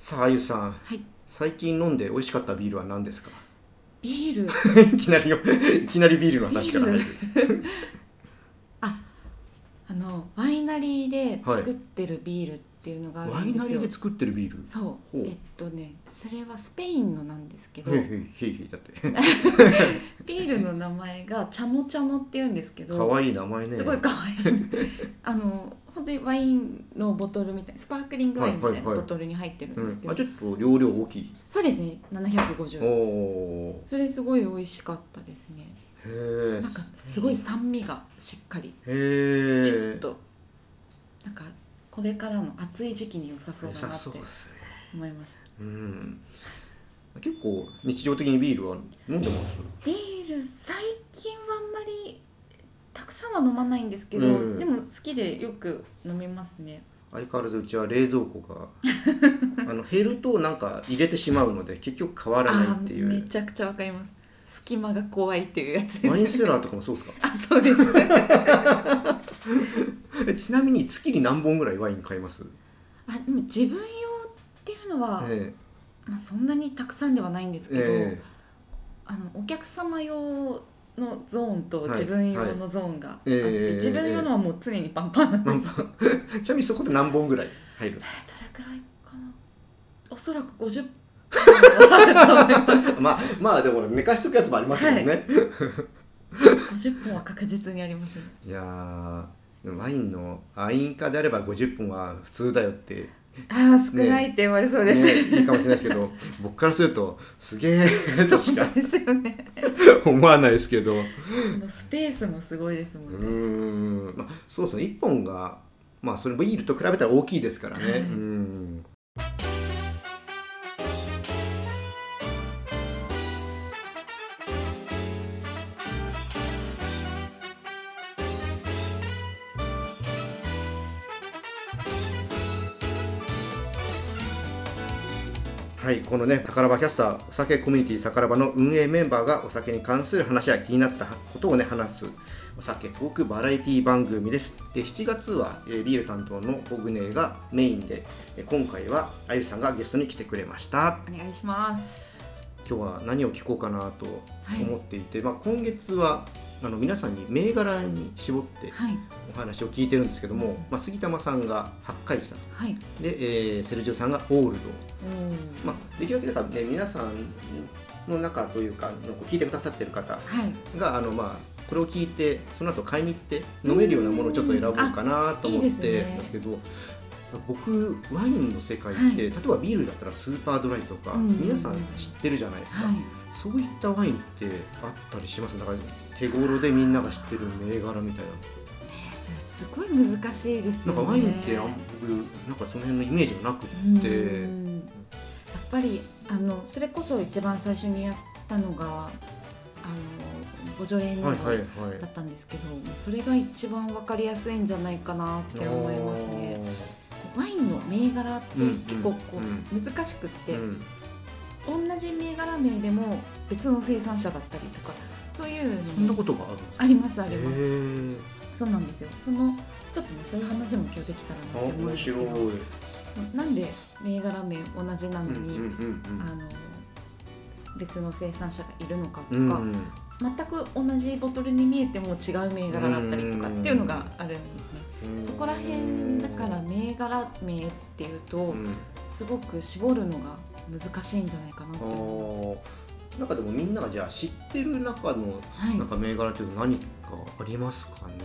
さあ、あゆさん、 はい。 最近飲んで美味しかったビールは何ですか？ ビール。 いきなりビールの話から入る。 あ、ワイナリーではい。 作ってるビールっていうのがあるワイんですよ。 ナリーで作ってるビール。 そう。 ほう。 それはスペインのなんですけど、 へいへいへいへいだって。 ビールの名前がチャノチャノっていうんですけど、 かわいい名前ね。 すごい可愛い。本当にワインのボトルみたいな、スパークリングワインみたいなボトルに入ってるんですけど、 ちょっと容量大きい。 そうですね、750。 おー。 それすごい美味しかったですね。 へえ。 なんかすごい酸味がしっかり。 へえ。 となんかこれからの暑い時期に良さそうだなってそうですね。 思いました。 うん。結構日常的にビールは飲んでます？ ビール最近はあんまりたくさんは飲まないんですけど、でも好きでよく飲みますね。 相変わらずうちは冷蔵庫が減るとなんか入れてしまうので結局変わらないっていう。 めちゃくちゃわかります。隙間が怖いっていうやつです、ね。 ワインセラーとかもそうですか？ そうですちなみに月に何本ぐらいワイン買います？ でも自分用っていうのは、そんなにたくさんではないんですけど、お客様用のゾーンと自分用のゾーンがあって、自分用のはもう常にパンパンなんです。 ちなみにそこで何本ぐらい入るんですか？ どれくらいかな。おそらく50 まあでも寝かしとくやつもありますよね、 50本は確実にありますね。 いやワインの愛飲家であれば50本は普通だよって少ないって言われそうです、 いいかもしれないですけど僕からするとすげえとしか本当ですよね思わないですけどスペースもすごいですもんね。 そうですね、1本がそれビールと比べたら大きいですからね、はい、このね、宝場キャスター、お酒コミュニティ宝場の運営メンバーがお酒に関する話や気になったことをね、話すお酒トークバラエティ番組です。で、7月はビール担当のコグネがメインで、今回はあゆさんがゲストに来てくれました。 お願いします。 今日は何を聞こうかなと思っていて、今月は皆さんに銘柄に絞ってお話を聞いてるんですけども、杉玉さんが八海山、で、セルジオさんがオールド、できるだけだからね、皆さんの中というか聞いてくださってる方が、これを聞いてその後買いに行って飲めるようなものをちょっと選ぼうかなと思ってますけど、僕ワインの世界って、例えばビールだったらスーパードライとか、皆さん知ってるじゃないですか、そういったワインってあったりします？だから手頃でみんなが知ってる銘柄みたいな、 すごい難しいですよね。 なんかワインって僕なんかその辺のイメージがなくって、 やっぱりそれこそ一番最初にやったのがボジョレ・ヌーボーだったんですけど、それが一番分かりやすいんじゃないかなって思いますね。ワインの銘柄って結構難しくって、同じ銘柄名でも別の生産者だったりとか、そういうのもそんなことがあるんですか？ ありますあります。そうなんですよ。ちょっとね、そういう話も今日できたらなって思うんですけど、なんで銘柄名同じなのに別の生産者がいるのかとか、全く同じボトルに見えても違う銘柄だったりとかっていうのがあるんですね。そこら辺だから銘柄名っていうと、すごく絞るのが難しいんじゃないかなって思います。 なんかでもみんながじゃあ知ってる中のなんか銘柄っていうのは何かありますかね？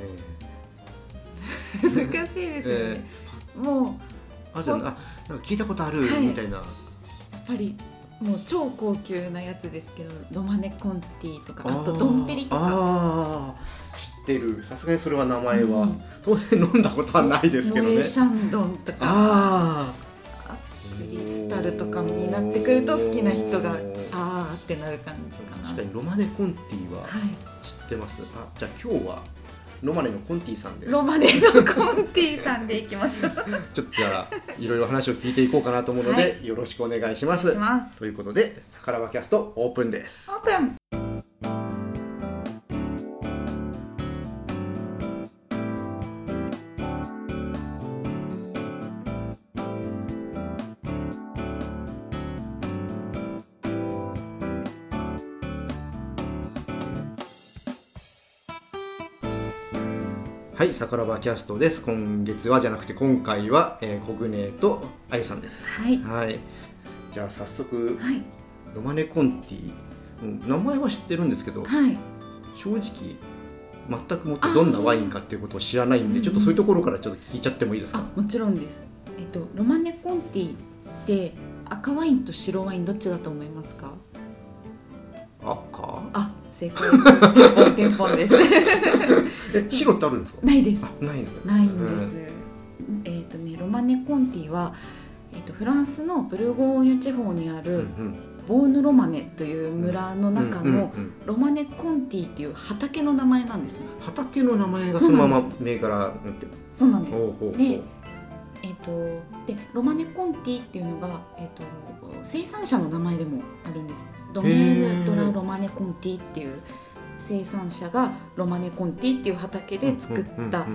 難しいですね。もうなんか聞いたことあるみたいな。やっぱりもう超高級なやつですけど、ロマネコンティとか、あとドンペリとか知ってる。さすがにそれは名前は、当然飲んだことはないですけどね。 モエシャンドンとかクリスタルとかになってくると好きな人がってなる感じかな。 確かにロマネコンティは知ってます。じゃあ今日はロマネのコンティさんで。 ロマネのコンティさんでいきましょう。 ちょっとじゃあいろいろ話を聞いていこうかなと思うので、よろしくお願いします。ということで、宝場キャストオープンです。 オープン。 はい、さからばキャストです。今月はじゃなくて今回は、コグネとあゆさんです。 はい、 はい、じゃあ早速、はい、ロマネコンティ、名前は知ってるんですけど、はい、正直全くもってどんなワインかっていうことを知らないんで、ちょっとそういうところからちょっと聞いちゃってもいいですか？ もちろんです。ロマネコンティって赤ワインと白ワインどっちだと思いますか？ 赤？ 正解。ピンポンです。 白ってあるんですか？ ないです。 ないんです。 ないんです。ロマネコンティは、フランスのブルゴーニュ地方にある、ボーヌロマネという村の中のロマネコンティっていう畑の名前なんですね。 畑の名前がそのまま銘柄なんて。 そうなんです。で、ロマネコンティっていうのが、生産者の名前でもあるんです。ドメーヌ・ドラ・ロマネコンティっていう生産者がロマネコンティっていう畑で作った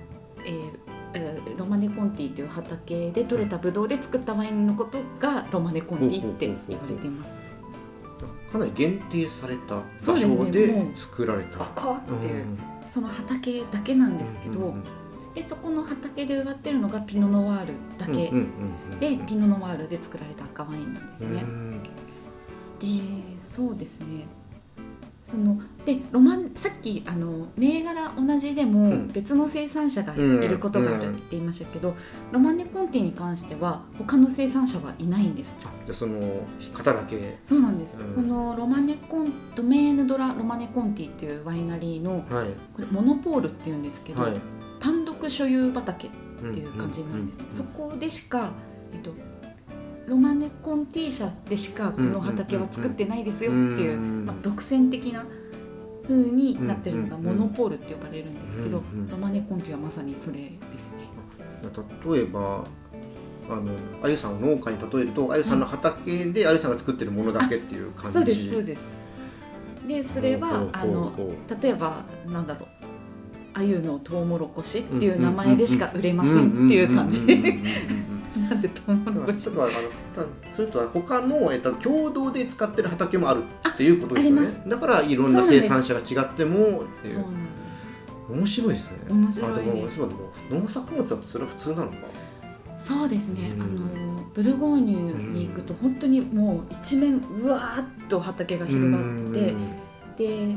ロマネコンティっていう畑で採れたブドウで作ったワインのことがロマネコンティって言われています。 かなり限定された場所で作られた、 ここっていうその畑だけなんですけど、でそこの畑で植わってるのがピノノワールだけで、ピノノワールで作られた赤ワインなんですね。で、そうですね。でさっき銘柄同じでも別の生産者がいることがあるって言いましたけど、ロマネコンティに関しては他の生産者はいないんです。 じゃあその方だけ。 そうなんです。このドメーヌ・ドラ・ロマネコンティっていうワイナリーの、これモノポールっていうんですけど、単独所有畑っていう感じなんですね。そこでしか、ロマネコンティ社でしかこの畑は作ってないですよっていう、独占的な風になってるのがモノポールって呼ばれるんですけど、ロマネコンティはまさにそれですね。 例えばあゆさんを農家に例えると、あゆさんの畑であゆさんが作ってるものだけっていう感じ。 そうですそうです。でそれは例えばなんだろう、あゆのトウモロコシっていう名前でしか売れませんっていう感じ。なんでトウモロコシ。それとは他の共同で使ってる畑もあるっていうことですよね。だからいろんな生産者が違ってもっていう。そうなんです。面白いですね。 面白いです。 農作物だとそれは普通なのか。 そうですね。ブルゴーニュに行くと本当にもう一面うわーっと畑が広がって、で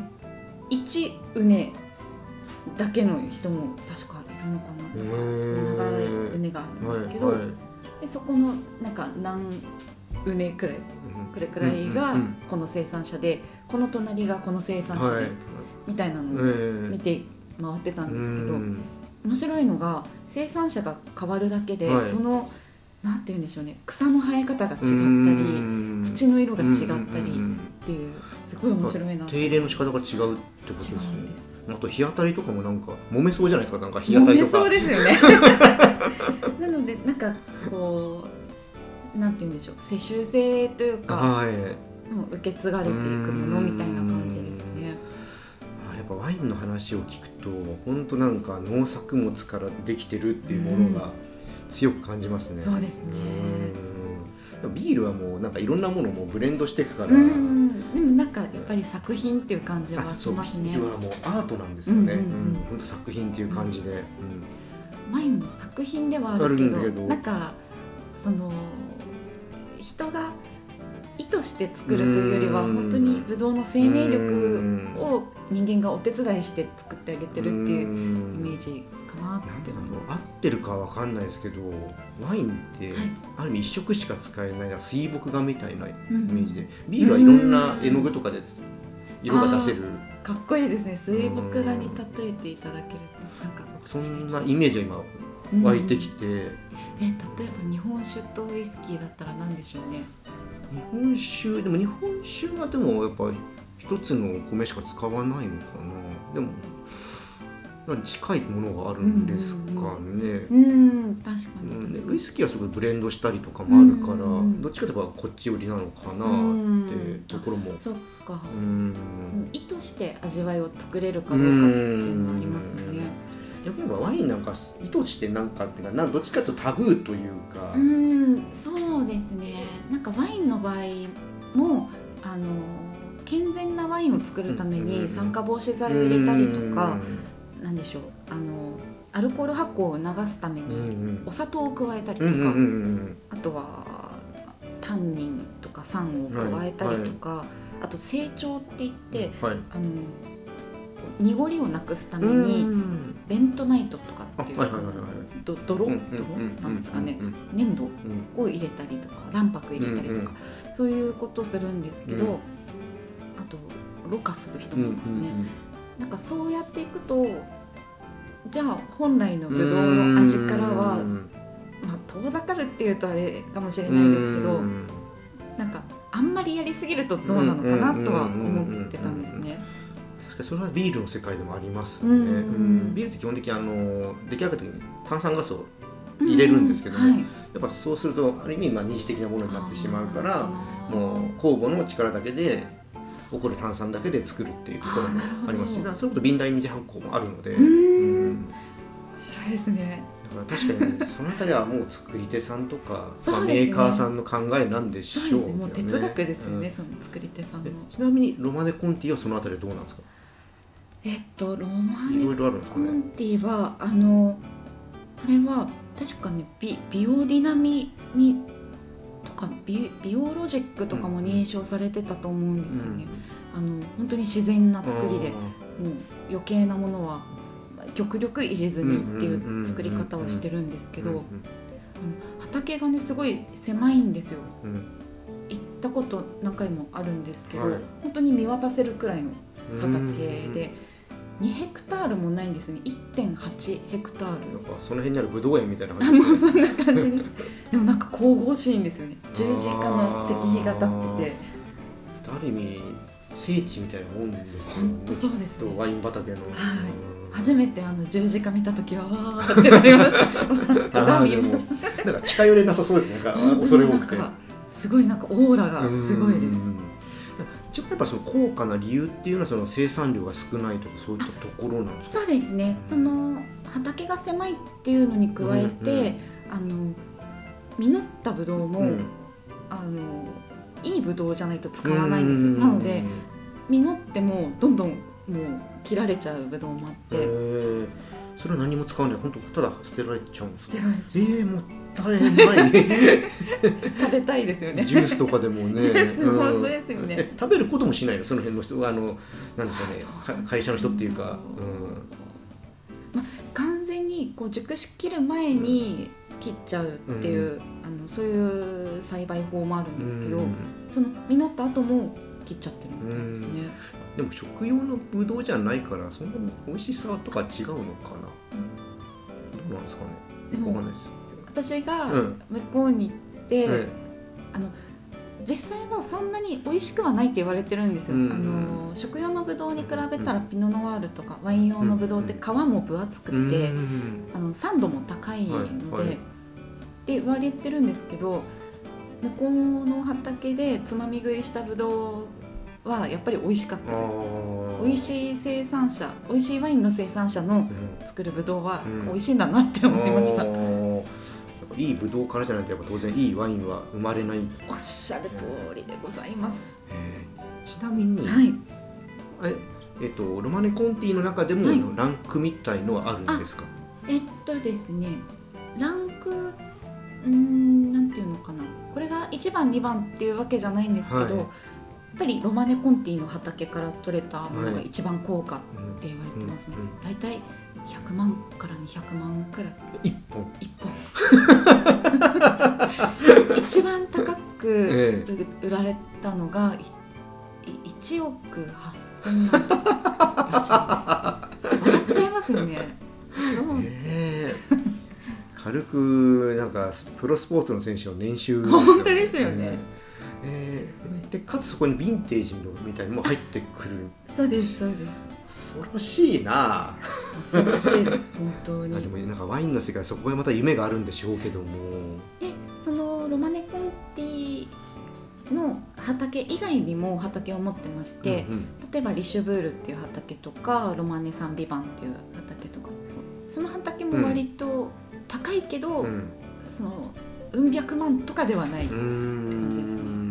1畝だけの人も確かいるのかな。すごい長い畝があるんですけど、でそこのなんか何畝くらいこれくらいがこの生産者で、この隣がこの生産者で、みたいなのを見て回ってたんですけど、面白いのが生産者が変わるだけで、そのなんて言うんでしょうね、草の生え方が違ったり土の色が違ったりっていう、すごい面白いな。 手入れの仕方が違うってことですね。 違うんです。 あと日当たりとかもなんか揉めそうじゃないですか。なんか日当たりとか揉めそうですよね。なのでなんかこうなんて言うんでしょう、世襲制というか、もう受け継がれていくものみたいな感じですね。 やっぱワインの話を聞くと本当なんか農作物からできてるっていうものが強く感じますね。 そうですね。 ビールはもうなんかいろんなものもブレンドしていくから、 でもなんかやっぱり作品っていう感じはしますね。 ビールはもうアートなんですよね。本当作品っていう感じで、 ワインも作品ではあるけど、なんかその人が意図して作るというよりは本当にブドウの生命力を人間がお手伝いして作ってあげてるっていうイメージかなって思います。 合ってるかは分かんないですけど、ワインってある意味一色しか使えない水墨画みたいなイメージで、ビールはいろんな絵の具とかで色が出せる。 かっこいいですね。水墨画に例えていただけるとなんかそんなイメージが今湧いてきて、 例えば日本酒とウイスキーだったら何でしょうね。 日本酒でも日本酒はでもやっぱ一つのお米しか使わないのかな。でも近いものがあるんですかね。 確かに。 ウイスキーはすごいブレンドしたりとかもあるから、どっちかといえばこっち寄りなのかなってところも。 そっか。意図して味わいを作れるかどうかっていうのがありますよね。 やっぱりワインなんか意図してなんかっていうか、どっちかというとタブーというか。 そうですね。なんかワインの場合も健全なワインを作るために酸化防止剤を入れたりとか、なんでしょう、 アルコール発酵を促すためにお砂糖を加えたりとか、あとはタンニンとか酸を加えたりとか、あと成長って言って、濁りをなくすためにベントナイトとかっていう泥なんですかね、粘土を入れたりとか卵白入れたりとか、そういうことをするんですけど、あとろ過する人もいますね。なんかそうやっていくと、じゃあ本来のブドウの味からは遠ざかるっていうとあれかもしれないですけど、なんかあんまりやりすぎるとどうなのかなとは思ってたんですね。 確かにそれはビールの世界でもありますね。ビールって基本的に出来上がった時に炭酸ガスを入れるんですけども、やっぱそうするとある意味二次的なものになってしまうから、もう酵母の力だけで起こる炭酸だけで作るっていうところもありますし、それこそ瓶内二次発酵もあるので、 面白いですね。 だから確かにそのあたりはもう作り手さんとか、メーカーさんの考えなんでしょうけどね。 もう哲学ですよね、その作り手さんの。 ちなみにロマネコンティはそのあたりはどうなんですか？ ロマネコンティはこれは確かねビオディナミにとかビオロジックとかも認証されてたと思うんですよね。本当に自然な作りで、もう余計なものは極力入れずにっていう作り方をしてるんですけど、畑がねすごい狭いんですよ。行ったこと何回もあるんですけど、本当に見渡せるくらいの畑で。2ヘクタールもないんですね。 1.8 ヘクタール。 なんかその辺にあるブドウ園みたいな感じもうそんな感じですでもなんか神々しいんですよね。十字架の石碑が立ってて、 ある意味聖地みたいなもんですよね。 本当そうですね。 ワイン畑の、 初めて十字架見た時はわーってなりましたなんか近寄れなさそうですね。なんか恐れ多くて、 すごいなんかオーラがすごいです。 一応やっぱその高価な理由っていうのはその生産量が少ないとかそういったところなんですか？ そうですね。その畑が狭いっていうのに加えて、実ったブドウも、いいブドウじゃないと使わないんですよ。なので実ってもどんどんもう切られちゃうブドウもあって、 それは何も使わない、本当ただ捨てられちゃうんですか？ 捨てられちゃう。 もったいない食べたいですよね。 ジュースとかでもね。 ジュース本当ですよね。 食べることもしないの、その辺の人はなんでしょうね、会社の人っていうか、 完全にこう熟しきる前に切っちゃうっていう、そういう栽培法もあるんですけど、その実った後も切っちゃってるみたいですね。 でも食用のブドウじゃないからそんなに美味しさとか違うのかな、どうなんですかね。 でも私が向こうに行って、実際はそんなに美味しくはないって言われてるんですよ。食用のブドウに比べたらピノノワールとかワイン用のブドウって皮も分厚くて、酸度も高いので、って言われてるんですけど、向こうの畑でつまみ食いしたブドウはやっぱり美味しかったです。美味しい生産者、美味しいワインの生産者の作るブドウは美味しいんだなって思ってました。 いいブドウからじゃないとやっぱ当然いいワインは生まれない。 おっしゃる通りでございます。 ちなみに、ロマネコンティの中でもランクみたいのはあるんですか？ ですね、ランクなんていうのかな、これが1番2番っていうわけじゃないんですけど、やっぱりロマネコンティの畑から取れたものが一番高価って言われてますね。だいたい100万から200万くらい。1本一番高く売られたのが1億8000万らしいです。笑っちゃいますよね。 軽くなんかプロスポーツの選手の年収ですよね。 本当ですよね。 でかつそこにヴィンテージのみたいにも入ってくる。 そうですそうです。 恐ろしいな。 恐ろしいです本当に。 でもなんかワインの世界、そこがまた夢があるんでしょうけども。 でそのロマネコンティの畑以外にも畑を持ってまして、例えばリシュブールっていう畑とかロマネ・サン・ビバンっていう畑とか、その畑も割と高いけど、そのうん百万とかではない感じですね。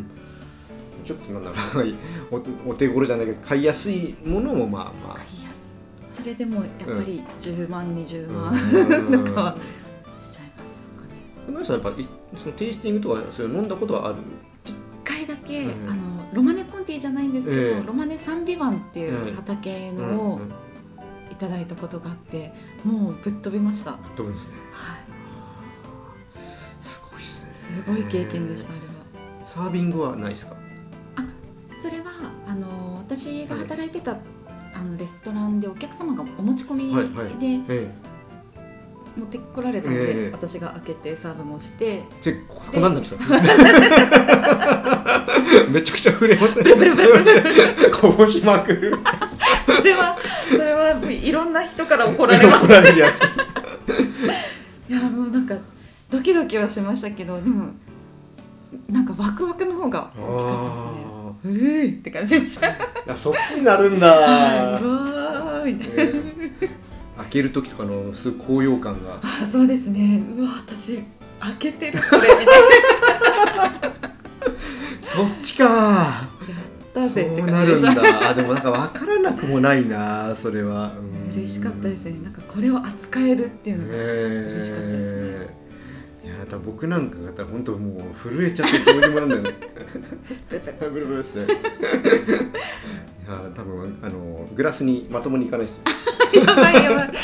ちょっとなんだろうお手頃じゃないけど買いやすいものもまあ買いやすい。 それでもやっぱり10万、20万とかはしちゃいますかね。 皆さんやっぱそのテイスティングとかそれ飲んだことはある ？1回だけ、ロマネコンティじゃないんですけど、ロマネサンビバンっていう畑のをいただいたことがあって、もうぶっ飛びました。 ぶっ飛ぶんですね。 はい。 すごいですね。 すごい経験でした。あれは。 サービングはないですか？ それは私が働いてたレストランでお客様がお持ち込みで持ってこられたので、私が開けてサーブもしてこなんなんですか？めちゃくちゃ触れますね。こぼしまくる。 それはいろんな人から怒られます。いやもうなんかドキドキはしましたけど、でもなんかワクワクの方が大きかったですね。って感じでした。 そっちになるんだ。 うわーみたいな。 開ける時とかのすごい高揚感が。 そうですね。うわ私開けてるこれみたいな。 そっちか。やったぜって感じでした。そうなるんだ。でもなんか分からなくもないな、それは。 嬉しかったですね。なんかこれを扱えるっていうのが嬉しかったですね。 いやだ僕なんかが本当もう震えちゃってどうにもなんだよね。ブルブルですね。いや多分グラスにまともにいかないですよ。 やばいやばい。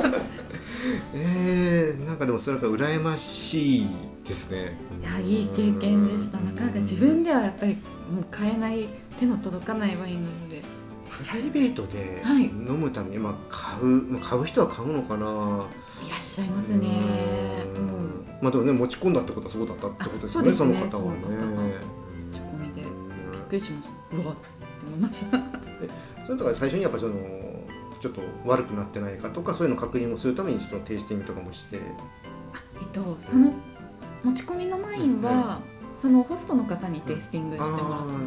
なんかでもそれが羨ましいですね。 いやいい経験でした。なかなか自分ではやっぱりもう買えない手の届かないワインなので。 プライベートで飲むために、買う人は買うのかな。 いらっしゃいますね。 でもね持ち込んだってことはそうだったってことですよね。その方はね。持ち込みでびっくりしました。うわって思いました。 それとか最初にやっぱちょっと悪くなってないかとかそういうの確認をするためにそのテイスティングとかもして。 その持ち込みのワインは、そのホストの方にテイスティングしてもらったんです。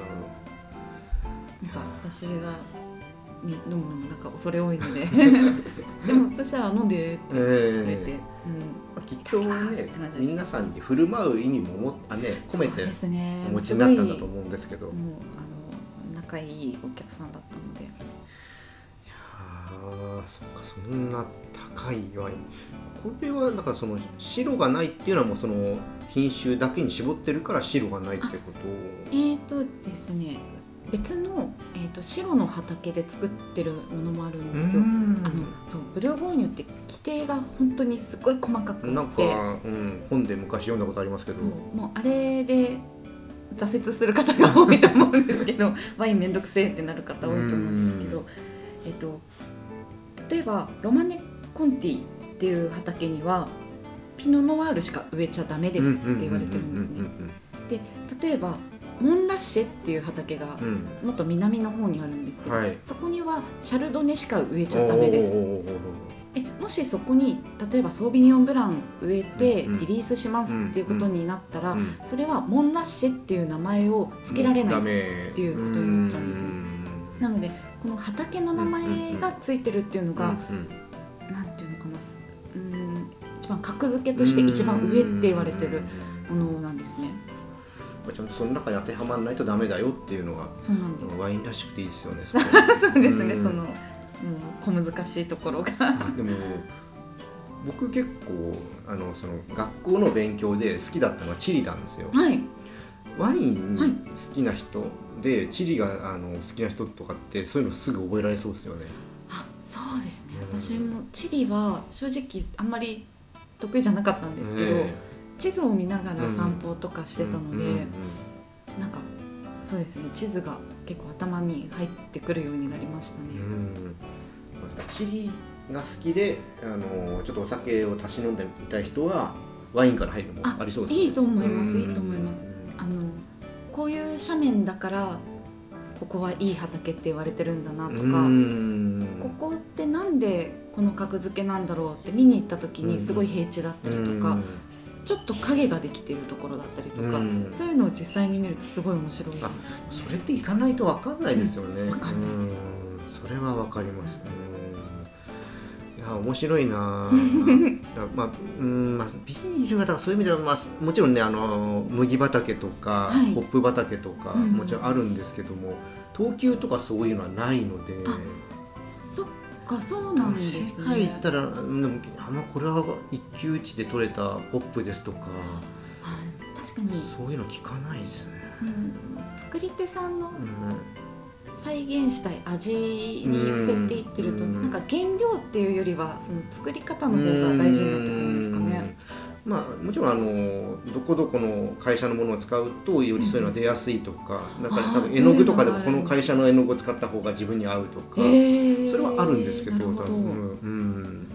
なんか私が飲むのもなんか恐れ多いのででもそしたら飲んでってくれて、 きっとね皆さんに振る舞う意味も込めてお持ちになったんだと思うんですけど、もう仲いいお客さんだったので。いやそっか、そんな高いワイン。これはだからその白がないっていうのはもうその品種だけに絞ってるから白がないってこと？ ですね、別の、白の畑で作ってるものもあるんですよ。そうブルゴーニュって規定が本当にすごい細かくて、なんか、 本で昔読んだことありますけど、 もうあれで挫折する方が多いと思うんですけどワインめんどくせえってなる方多いと思うんですけど、例えばロマネコンティっていう畑にはピノノワールしか植えちゃダメですって言われてるんですね。で例えばモンラッシェっていう畑がもっと南の方にあるんですけど、そこにはシャルドネしか植えちゃダメです。もしそこに例えばソービニオンブラン植えてリリースしますっていうことになったら、それはモンラッシェっていう名前を付けられないっていうことになっちゃうんですよ。なのでこの畑の名前がついてるっていうのが、なんていうのかな、一番格付けとして一番上って言われてるものなんですね。 ちゃんとその中に当てはまらないとダメだよっていうのが、 そうなんです。 ワインらしくていいですよね。 そうですね。その小難しいところがでも僕結構その学校の勉強で好きだったのは地理なんですよ。ワイン好きな人で地理が好きな人とかってそういうのすぐ覚えられそうですよね。 そうですね。私も地理は正直あんまり得意じゃなかったんですけど、地図を見ながら散歩とかしてたので、なんかそうですね、地図が結構頭に入ってくるようになりましたね。 地理が好きでちょっとお酒をたし飲んでみたい人はワインから入るのもありそうですね。 いいと思います。いいと思います。こういう斜面だからここはいい畑って言われてるんだなとか、ここってなんでこの格付けなんだろうって見に行った時にすごい平地だったりとか、ちょっと影ができているところだったりとか、そういうのを実際に見るとすごい面白いですね。 それって行かないと分かんないですよね。 分かんないです。 それは分かります。いや面白いな。ビールはだからそういう意味では、もちろんね麦畑とか、ホップ畑とか、もちろんあるんですけども、等級とかそういうのはないので。 か、そうなんですね。 世界行ったらでもこれは一騎打ちで取れたホップですとか、 確かにそういうの聞かないですね。 その作り手さんの再現したい味に寄せていってると、なんか原料っていうよりはその作り方の方が大事になってくるんですかね。 まあ、もちろんどこどこの会社のものを使うとよりそういうのが出やすいとか、なんか多分絵の具とかでもこの会社の絵の具を使った方が自分に合うとか、それはあるんですけど、多分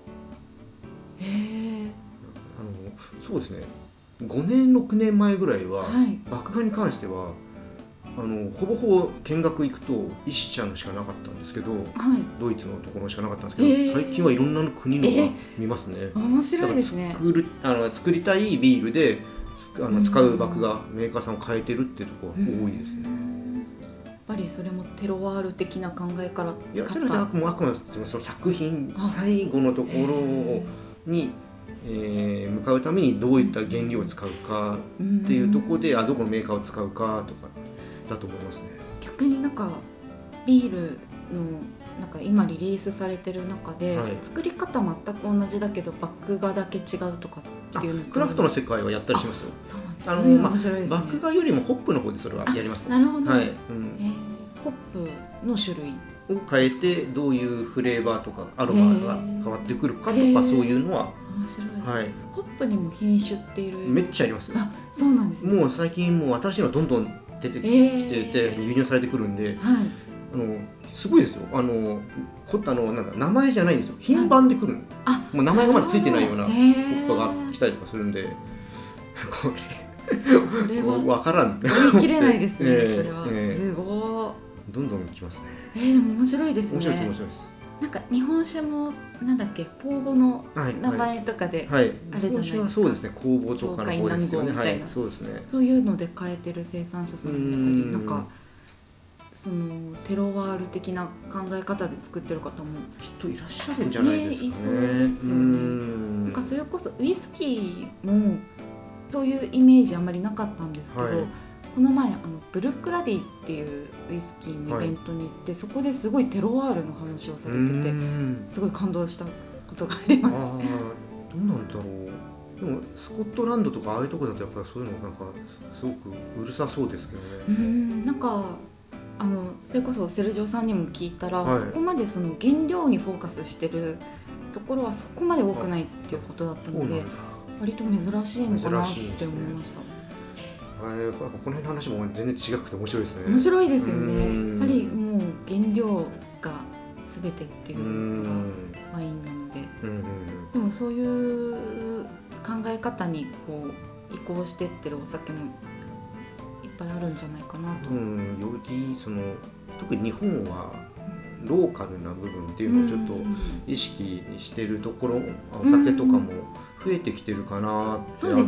そうですね、5年6年前ぐらいは、麦芽に関してはほぼほぼ見学行くと1社のしかなかったんですけど、ドイツのところしかなかったんですけど、最近はいろんな国のが見ますね。 面白いですね。 作りたいビールで使う麦芽メーカーさんを変えてるっていうところが多いですね。 やっぱりそれもテロワール的な考えから、 いや、それはもうあくまでその作品最後のところに向かうためにどういった原料を使うかっていうところで、どこのメーカーを使うかとかだと思いますね。 逆になんかビールのなんか今リリースされてる中で、作り方全く同じだけど麦芽だけ違うとかっていうの、 クラフトの世界はやったりしますよ。 そうなんですね。面白いですね。 麦芽よりもホップの方でそれはやります、ね。 なるほど。 はい。 ホップの種類を変えてどういうフレーバーとかアロマが変わってくるかとか、そういうのは面白い。ホップにも品種っている。 めっちゃありますよ。 そうなんですね。 もう最近もう新しいのどんどん出てきてて、輸入されてくるんで、すごいですよ。なんだ名前じゃないんですよ。品番で来るの。もう名前がまだついてないようなホップが来たりとかするんで、これ分からん。 追い切れないですね。それはすごい。 どんどん来ますね。 でも面白いですね。 面白いです。 なんか日本酒もなんだっけ、酵母の名前とかであれじゃないですか。 そうですね。酵母とかの方ですよね。そうですね。 そういうので変えてる生産者さんだったり、なんかそのテロワール的な考え方で作ってる方もきっといらっしゃるんじゃないですかね。 いそうですよね。なんかそれこそウイスキーもそういうイメージあんまりなかったんですけど、この前ブルックラディっていうウイスキーのイベントに行って、そこですごいテロワールの話をされてて、すごい感動したことがあります。 どうなんだろう。でもスコットランドとかああいうところだとやっぱりそういうのなんかすごくうるさそうですけどね。 なんかそれこそセルジオさんにも聞いたら、そこまでその原料にフォーカスしてるところはそこまで多くないっていうことだったので、割と珍しいのかなって思いました。 この辺の話も全然違くて面白いですね。 面白いですよね。やっぱりもう原料が全てっていうのがワインなので、でもそういう考え方にこう移行してってるお酒もいっぱいあるんじゃないかなと。 より特に日本はローカルな部分っていうのをちょっと意識してるところ、お酒とかも増えてきてるかなってあって、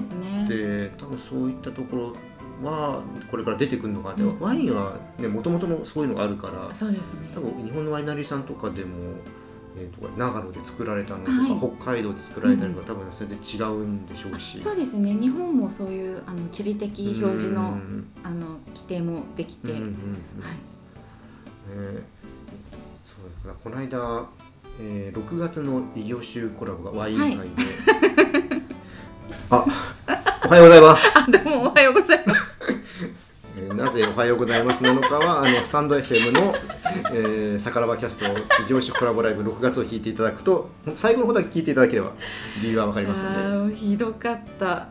多分そういったところはこれから出てくるのかなって、ワインはねもともとのそういうのがあるから、 そうですね、 多分日本のワイナリーさんとかでも、長野で作られたのとか、北海道で作られたのが多分それで違うんでしょうし、 そうですね、日本もそういう地理的表示の規定もできて、そうだ、 この間6月の異業種コラボがワイン会で、おはようございますどうもおはようございますなぜおはようございますなのかはスタンド FM の、さからばキャスト異業種コラボライブ6月を聞いていただくと、最後の方だけ聞いていただければ理由は分かりますので。 ひどかった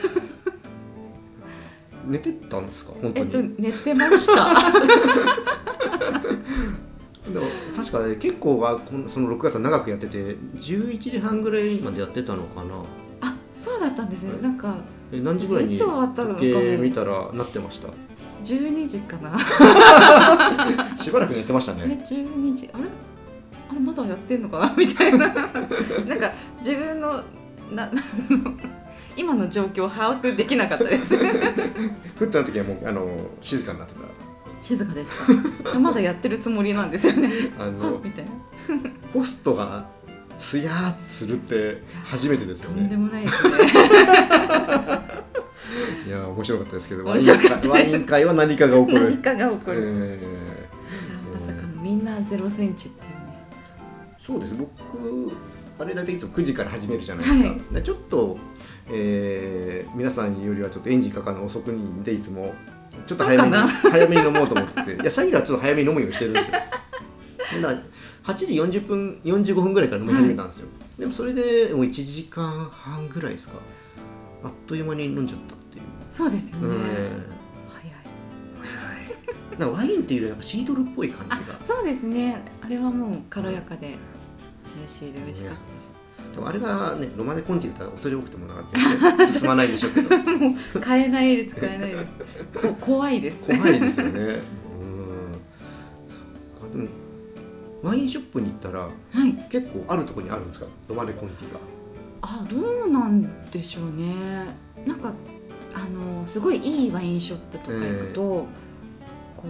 寝てたんですか本当に。 寝てましたでも確か、結構はその6月は長くやってて11時半ぐらいまでやってたのかな。 そうだったんですね。なんか何時ぐらいに時計見たらなってました。 12時かなしばらく寝てましたね。 あれ12時、あれまだやってんのかなみたいななんか自分の今の状況を把握できなかったです降った時はもう静かになってた。 静かでしたまだやってるつもりなんですよねみたいなホストがすやーっするって初めてですよね。 とんでもないですねいや面白かったですけど、ワイン会は何かが起こる。 何かが起こる、まさかのみんな0センチっていうね。 そうです。僕あれだけいつも9時から始めるじゃないですか、でちょっと、皆さんよりはちょっとエンジンかかるの遅くにでいつもちょっと早めに飲もうと思っていや最後はちょっと早めに飲むようにしてるんですよだから8時40分45分ぐらいから飲み始めたんですよ、でもそれでもう1時間半ぐらいですか、あっという間に飲んじゃったっていう。 そうですよね、 早いなんかワインっていうよりはシードルっぽい感じが。 そうですね、あれはもう軽やかでジューシーで美味しかったです、 でもあれがねロマネコンティだったら恐れ多くてもなんか進まないでしょうけどもう買えないです怖いです怖いですよねでもワインショップに行ったら、結構あるところにあるんですか、ロマネコンティが。 どうなんでしょうね。なんかすごいいいワインショップとか行くと、こう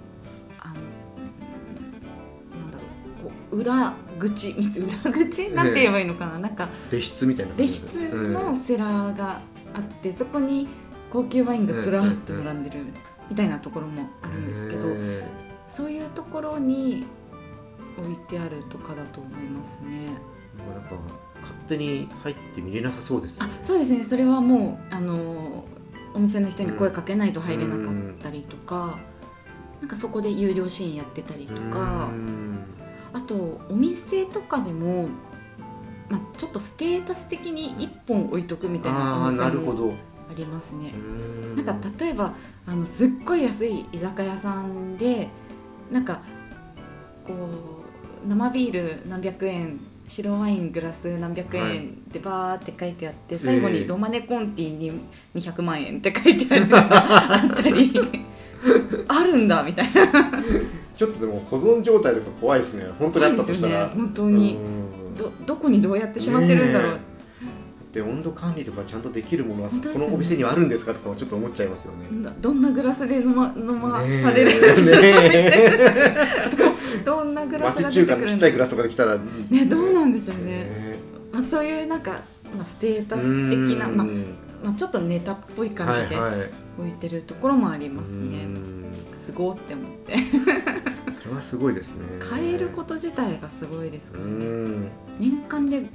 なんだろう、こう裏口なんて言えばいいのかな、なんか別室みたいな別室のセラーがあって、そこに高級ワインがずらっと並んでるみたいなところもあるんですけど、そういうところに置いてあるとかだと思いますね。 なんか勝手に入って見れなさそうですね。 そうですね、それはもうお店の人に声かけないと入れなかったりとか、なんかそこで有料シーンやってたりとか、あとお店とかでも、ちょっとステータス的に1本置いとくみたいなお店もありますね。なんか例えばすっごい安い居酒屋さんで、なんかこう生ビール何百円、白ワイングラス何百円でバーって書いてあって、最後にロマネコンティに200万円って書いてあるあったりあるんだみたいなちょっとでも保存状態とか怖いですね、本当にあったとしたら。 本当にどこにどうやってしまってるんだろう、 で温度管理とかちゃんとできるものはこのお店にはあるんですかとかちょっと思っちゃいますよね。 どんなグラスで飲まされるどんなグラスが出てくるんだ、 町中華のちっちゃいグラスとかで来たらね、どうなんでしょうね。そういうなんか、ステータス的な、ちょっとネタっぽい感じで置いてるところもありますね。すごいって思ってそれはすごいですね。 買えること自体がすごいですからね。年間で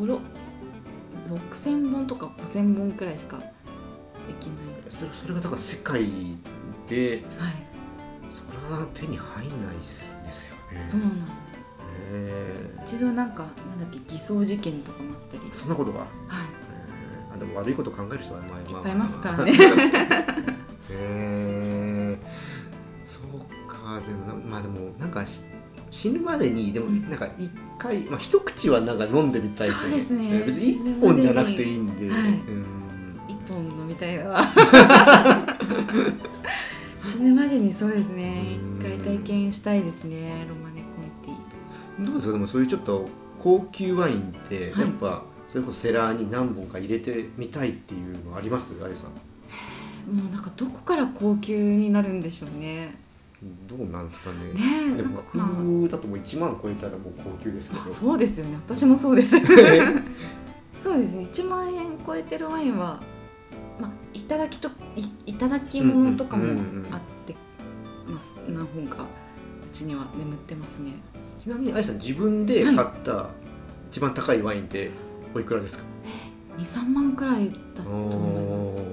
6000本とか5000本くらいしかできない。 それがだから世界で、それは手に入んないですよね。 そうなんです。一度なんだっけ、偽装事件とかもあったり。 そんなことが。でも悪いこと考える人はいっぱいいますからねそうか。でもなんか死ぬまでにでもなんか一回、一口はなんか飲んでみたいですね。 そうですね。 別に一本じゃなくていいんで、 一本飲みたいな死ぬまでにそうですね。一回体験したいですね、ロマネコンティ。 どうですか。でもそういうちょっと高級ワインってやっぱ、それこそセラーに何本か入れてみたいっていうのあります？あゆさん。 もうなんかどこから高級になるんでしょうね。 どうなんですかね。 でも僕だともう1万超えたらもう高級ですけど。 そうですよね。私もそうですそうですね。1万円超えてるワインは、いただき物とかもあってます。何本かうちには眠ってますね。 ちなみにあゆさん、自分で買った一番高いワインっておいくらですか ？2、3万くらいだと思います。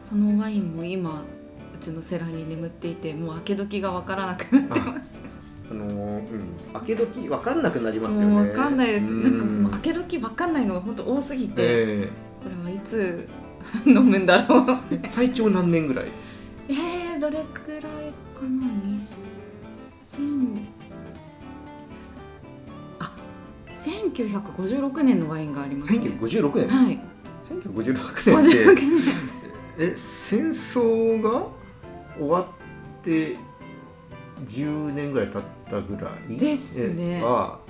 そのワインも今うちのセラーに眠っていて、もう開け時が分からなくなってます。 開け時分かんなくなりますよね。 もう分かんないです。なんかもう開け時分かんないのが本当多すぎて、これはいつ飲むんだろう最長何年ぐらい？ どれくらいかな。1956年のワインがありますね。 1956年？ はい。 1956年って戦争が終わって10年ぐらい経ったぐらいですね。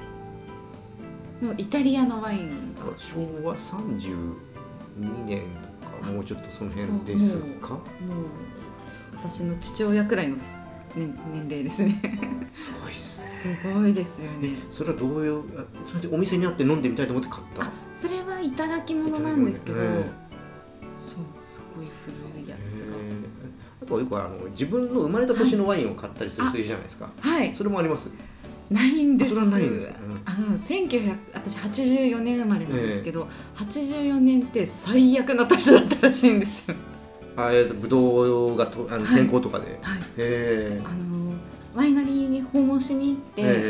イタリアのワインが昭和32年とかもうちょっとその辺ですか？もう私の父親くらいの年齢ですね。 すごいですね。 すごいですよね。 それはどういう、それでお店にあって飲んでみたいと思って買った？ それはいただき物なんですけど、そうすごい古いやつが。 あとはよく自分の生まれた年のワインを買ったりする人いるじゃないですか。 はい。 それもあります？ ないんです。 それはないんですか、 私84年生まれなんですけど、84年って最悪な年だったらしいんですよ。 ブドウが天候とかで、 はいワイナリーに訪問しに行って、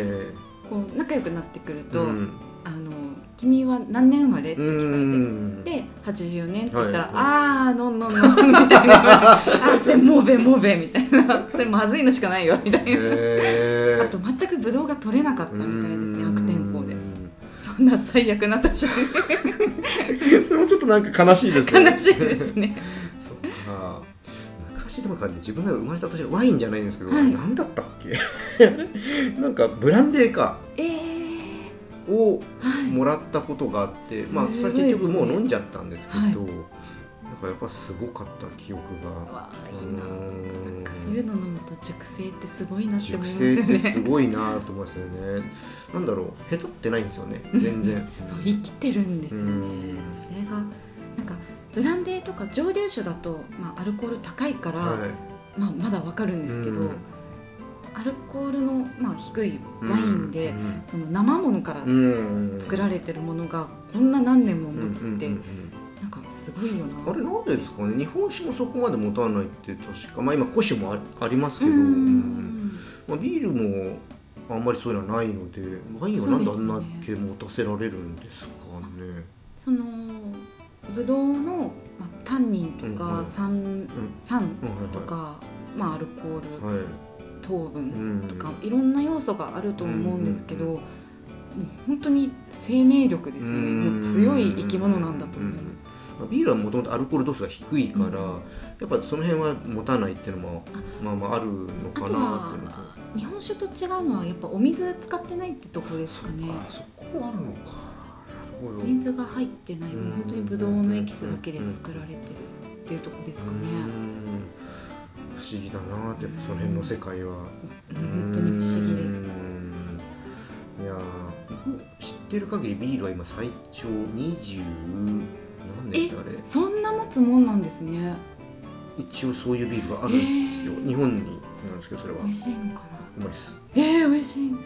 こう仲良くなってくると、君は何年生まれって聞かれて、で84年って言ったら、ああのんのんのんみたいなあそれもべもべみたいなそれまずいのしかないよみたいなあと全くブドウが取れなかったみたいですね、悪天候で。そんな最悪な年それもちょっとなんか悲しいですね。 悲しいですねそっか。昔でも自分が生まれた年はワインじゃないんですけど、何だったっけなんかブランデーか、をもらったことがあって、まあそれ結局もう飲んじゃったんですけど、なんかやっぱすごかった記憶が。 なんかそういうの飲むと熟成ってすごいなって思いますよね。 熟成ってすごいなと思いますよね。なんだろう、へたってないんですよね、全然。 そう生きてるんですよね。それがなんかブランデーとか蒸留酒だと、アルコール高いから、まだわかるんですけど、アルコールの、低いワインで、その生ものから作られてるものがこんな何年も持つって、なんかすごいよな。 あれなんでですかね。日本酒もそこまで持たないって確か、今古酒も ありますけど、ビールもあんまりそういうのはないので、ワインはなんであんなけ持たせられるんですかね。 そのブドウの、タンニンとか酸とか、アルコール、糖分とか、いろんな要素があると思うんですけど、もう本当に生命力ですよね。もう強い生き物なんだと思います。 ビールはもともとアルコール度数が低いから、やっぱその辺は持たないっていうのもあるのかなっていうのと、 日本酒と違うのはやっぱお水使ってないってとこですかね。 そこはあるのか。 水が入ってない、もう本当にブドウのエキスだけで作られてるっていうとこですかね。 不思議だなって、その辺の世界は本当に不思議です。 いや知ってる限りビールは今最長20何年ってあれ、 そんな持つもんなんですね。 一応そういうビールがあるんですよ、日本になんですけど、それは美味しいのかな。 うまいです。 美味しい。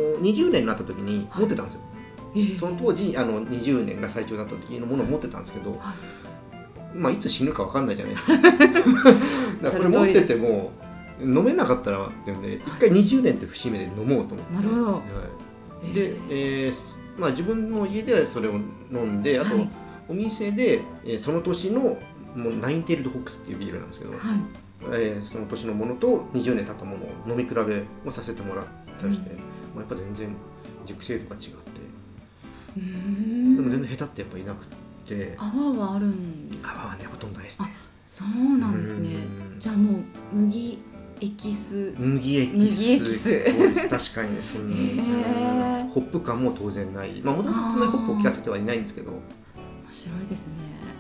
20年になった時に持ってたんですよ、その当時20年が最長だった時のものを持ってたんですけど、いつ死ぬか分かんないじゃないですかだからこれ持ってても飲めなかったらっていうんで、一回20年って節目で飲もうと思って。 なるほど。 で、自分の家ではそれを飲んで、あとお店でその年のナインテールドホックスっていうビールなんですけど、その年のものと20年経ったものを飲み比べをさせてもらったりして、やっぱ全然熟成とか違って、でも全然下手ってやっぱいなくて。 泡はあるんですか？ 泡はね、ほとんどないですね。 そうなんですね。じゃあもう麦エキス確かにね、そんなホップ感も当然ない。もともとホップを効かせてはいないんですけど、面白いですね。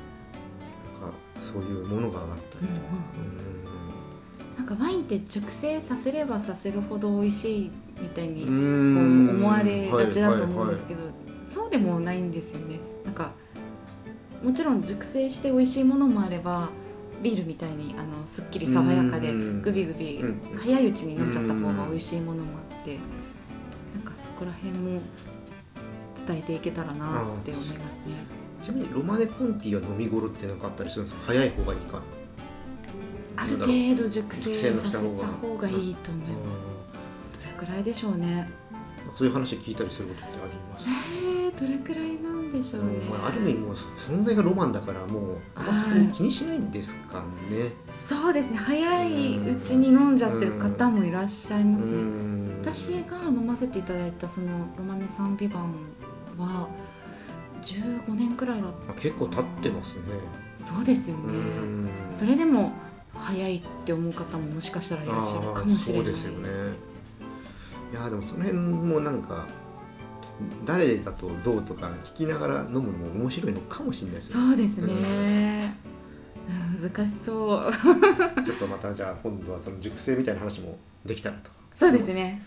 そういうものがあったりとか、 なんかワインって熟成させればさせるほど美味しいみたいにこう思われがちだと思うんですけど、そうでもないんですよね。なんかもちろん熟成して美味しいものもあれば、ビールみたいにすっきり爽やかでグビグビ早いうちに飲っちゃった方が美味しいものもあって、なんかそこら辺も伝えていけたらなって思いますね。 ちなみにロマネコンティは飲み頃って何かあったりするんですか？早い方がいいか、 ある程度熟成させた方がいいと思います。どれくらいでしょうね。 そういう話聞いたりすることってあります？ どれくらいなんでしょうね。 ある意味もう存在がロマンだから、もうあそこ気にしないんですかね。 そうですね、早いうちに飲んじゃってる方もいらっしゃいますね。私が飲ませていただいたそのロマネサンビバンは15年くらいだった。 結構経ってますね。 そうですよね。それでも早いって思う方ももしかしたらいらっしゃるかもしれない。 そうですよね。いやでもその辺もなんか誰だとどうとか聞きながら飲むのも面白いのかもしれないですね。 そうですね、難しそうちょっとまたじゃあ今度はその熟成みたいな話もできたらと。 そうですね。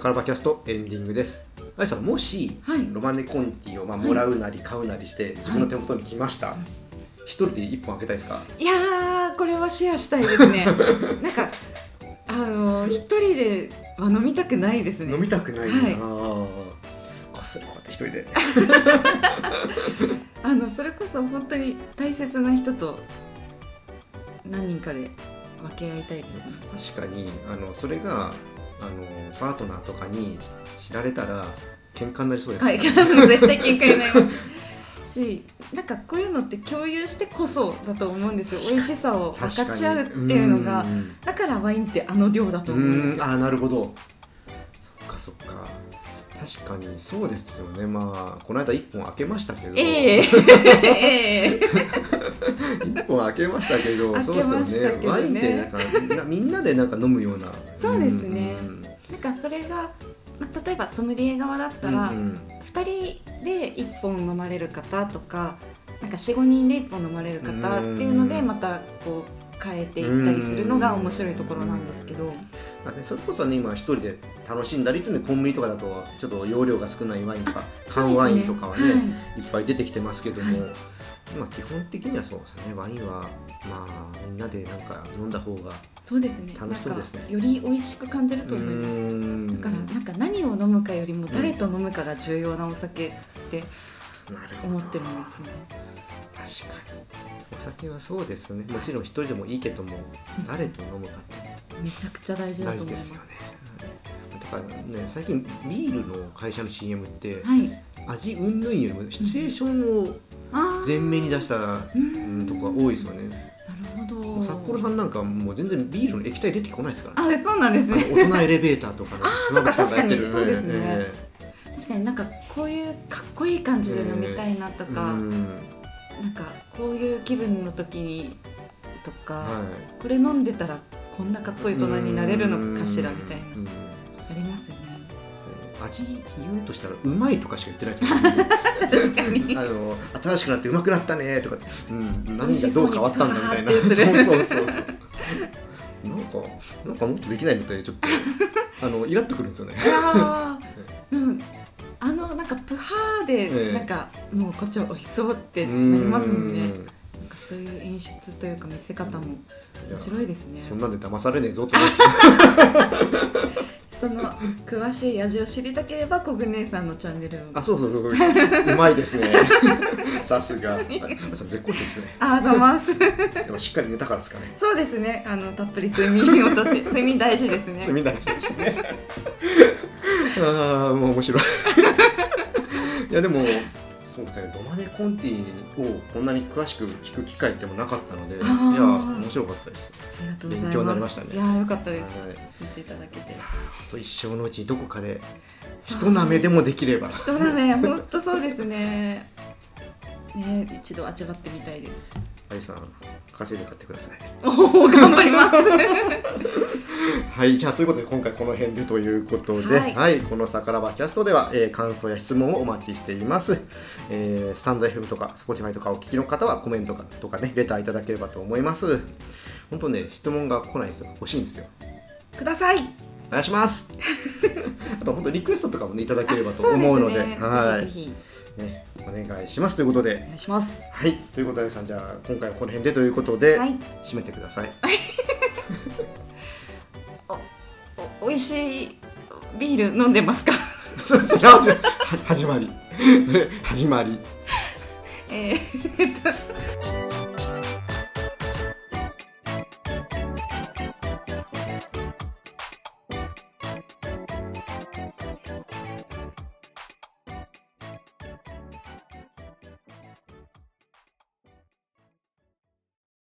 宝場キャストエンディングです。あやさん、もし、ロマネコンティをもらうなり買うなりして自分の手元に来ました、一人で1本開けたいですか？ いやー、これはシェアしたいですね。なんか一人では飲みたくないですね。 飲みたくないな、こっそりこうやって一人でそれこそ本当に大切な人と何人かで分け合いたいですね。 確かにそれがパートナーとかに知られたら喧嘩になりそうですね。 絶対喧嘩になりますし、なんかこういうのって共有してこそだと思うんですよ。美味しさを分かち合うっていうのが、だからワインって量だと思うんですよ。 なるほど。そっか確かにそうですよね。まあこの間1本開けましたけど、1本開けましたけど、そうですよね。ワインってなんかみんなでなんか飲むようなそうですね。なんかそれが例えばソムリエ側だったら、2人で1本飲まれる方とか、なんか 4,5 人で1本飲まれる方っていうのでまたこう変えていったりするのが面白いところなんですけど、 それこそね、今一人で楽しんだりっていうので、コンビニとかだとちょっと容量が少ないワインとか缶ワインとかはね、いっぱい出てきてますけども、基本的にはそうですね。ワインはみんなでなんか飲んだ方が楽しそうですね。 より美味しく感じると思います。だからなんか何を飲むかよりも誰と飲むかが重要なお酒って思ってるんですね。 確かにお酒はそうですね。もちろん一人でもいいけども、誰と飲むかってめちゃくちゃ大事だと思います。 だからね、最近ビールの会社の CM って、味云々よりもシチュエーションを前面に出したとこが多いですよね。 なるほど。 札幌さんなんかもう全然ビールの液体出てこないですからね。 そうなんですね。 大人エレベーターとかの妻夫木さんがやってる。 そうですね。確かになんかこういうかっこいい感じで飲みたいなとか、なんかこういう気分の時にとか、これ飲んでたらこんなかっこいい大人になれるのかしらみたいな、ありますよね。 味言うとしたらうまいとかしか言ってない確かに新しくなってうまくなったねとか、何がどう変わったんだみたいな。そうなんかもっとできないみたいでちょっとイラッとくるんですよね。 なんかプハーでなんかもうこっちは美味しそうってなりますもんね。なんかそういう演出というか見せ方も面白いですね。 そんなんで騙されねえぞって思ってその詳しい味を知りたければコグ姉さんのチャンネルを。 そううまいですね。さすが絶好調ですね。 ざますでもしっかり寝たからですかね。 そうですね。たっぷり睡眠をとって睡眠大事ですね。 睡眠大事ですね。もう面白い。いやでもそうですね、ロマネコンティをこんなに詳しく聞く機会ってもなかったので、いや面白かったです。 ありがとうございます。 勉強になりましたね。 いやよかったです。聞いていただけて。 一生のうちどこかで人なめでもできれば。 人なめ本当そうですね。一度味わってみたいです。 あゆさん稼いで買ってください。 頑張ります。 はい、じゃあということで今回この辺でということで、このさからばキャストでは、感想や質問をお待ちしています。スタンド FM とか Spotify とかお聞きの方はコメントとかねレターいただければと思います。本当ね質問が来ないんですよ。欲しいんですよ。 ください。 お願いします。あと本当リクエストとかもねいただければと思うので、ぜひね、お願いしますということで、 お願いします。 はい、ということでさん、じゃあ今回はこの辺でということで、締めてください。 おいしいビール飲んでますか？ それは始まり。